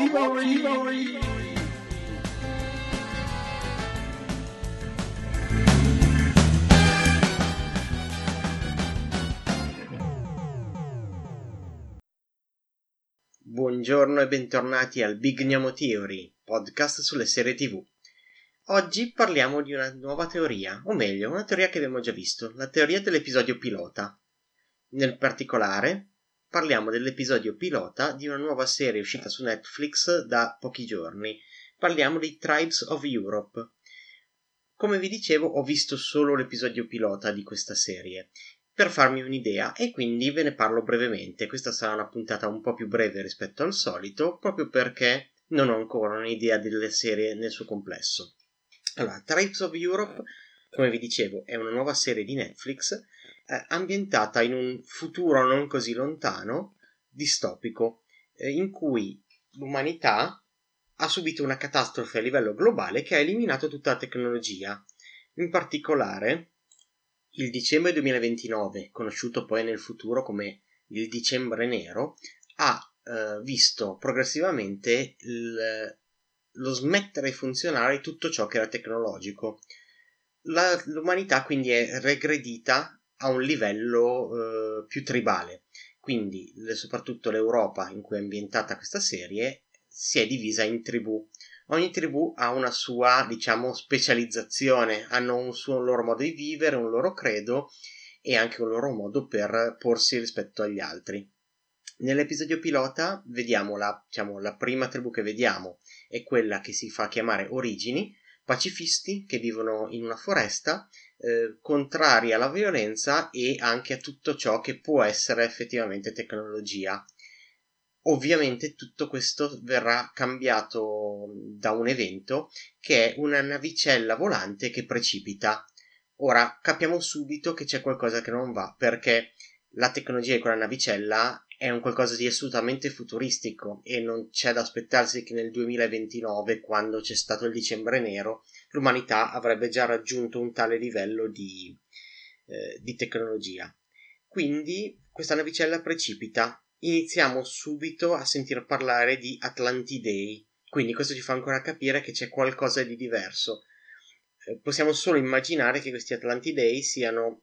Buongiorno e bentornati al Big Gnomo Theory, podcast sulle serie TV. Oggi parliamo di una nuova teoria, o meglio, una teoria che abbiamo già visto, la teoria dell'episodio pilota. Nel particolare, parliamo dell'episodio pilota di una nuova serie uscita su Netflix da pochi giorni. Parliamo di Tribes of Europe. Come vi dicevo, ho visto solo l'episodio pilota di questa serie per farmi un'idea e quindi ve ne parlo brevemente. Questa sarà una puntata un po' più breve rispetto al solito, proprio perché non ho ancora un'idea delle serie nel suo complesso. Allora, Tribes of Europe, come vi dicevo, è una nuova serie di Netflix ambientata in un futuro non così lontano, distopico, in cui l'umanità ha subito una catastrofe a livello globale che ha eliminato tutta la tecnologia. In particolare, il dicembre 2029, conosciuto poi nel futuro come il dicembre nero, ha visto progressivamente lo smettere di funzionare tutto ciò che era tecnologico. L'umanità quindi è regredita a un livello più tribale, quindi soprattutto l'Europa in cui è ambientata questa serie si è divisa in tribù. Ogni tribù ha una sua, specializzazione, hanno un loro modo di vivere, un loro credo e anche un loro modo per porsi rispetto agli altri. Nell'episodio pilota vediamo la prima tribù che vediamo è quella che si fa chiamare Origini, pacifisti che vivono in una foresta, contrari alla violenza e anche a tutto ciò che può essere effettivamente tecnologia. Ovviamente tutto questo verrà cambiato da un evento che è una navicella volante che precipita. Ora capiamo subito che c'è qualcosa che non va, perché la tecnologia di quella navicella è un qualcosa di assolutamente futuristico e non c'è da aspettarsi che nel 2029, quando c'è stato il dicembre nero, l'umanità avrebbe già raggiunto un tale livello di tecnologia. Quindi questa navicella precipita. Iniziamo subito a sentir parlare di Atlantidei, quindi questo ci fa ancora capire che c'è qualcosa di diverso. Possiamo solo immaginare che questi Atlantidei siano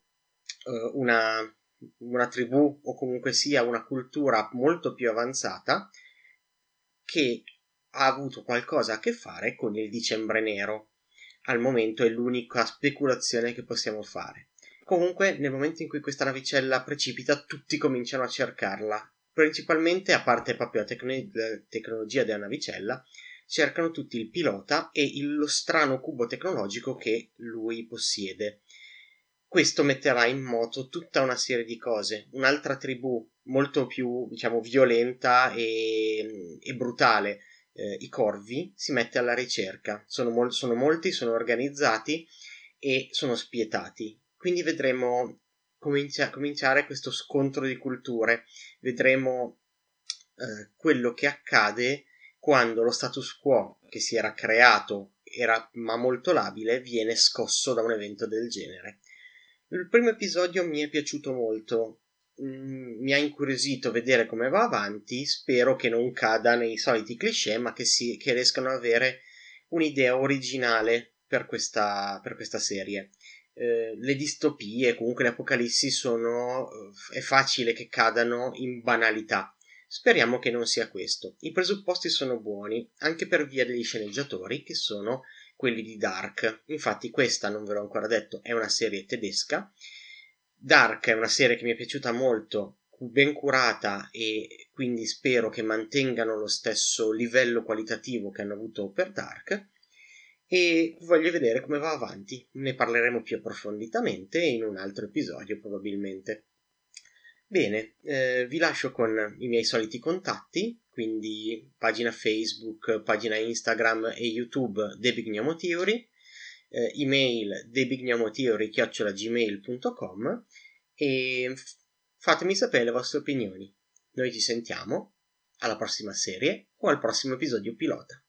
una tribù o comunque sia una cultura molto più avanzata che ha avuto qualcosa a che fare con il dicembre nero. Al momento è l'unica speculazione che possiamo fare. Comunque, nel momento in cui questa navicella precipita, tutti cominciano a cercarla. Principalmente, a parte proprio la tecnologia della navicella, cercano tutti il pilota e lo strano cubo tecnologico che lui possiede. Questo metterà in moto tutta una serie di cose. Un'altra tribù molto più, violenta e brutale, i corvi, si mette alla ricerca. Sono molti, sono organizzati e sono spietati. Quindi vedremo cominciare questo scontro di culture. Vedremo quello che accade quando lo status quo che si era creato, era ma molto labile, viene scosso da un evento del genere. Il primo episodio mi è piaciuto molto, mi ha incuriosito vedere come va avanti. Spero che non cada nei soliti cliché, ma che riescano ad avere un'idea originale per questa serie. Le distopie, comunque le apocalissi è facile che cadano in banalità. Speriamo che non sia questo. I presupposti sono buoni, anche per via degli sceneggiatori, che sono quelli di Dark. Infatti questa, non ve l'ho ancora detto, è una serie tedesca. Dark è una serie che mi è piaciuta molto, ben curata, e quindi spero che mantengano lo stesso livello qualitativo che hanno avuto per Dark, e voglio vedere come va avanti. Ne parleremo più approfonditamente in un altro episodio probabilmente. Bene, vi lascio con i miei soliti contatti, quindi pagina Facebook, pagina Instagram e YouTube The Big Gnomo Theory, email thebignomotheory@gmail.com e fatemi sapere le vostre opinioni. Noi ci sentiamo alla prossima serie o al prossimo episodio pilota.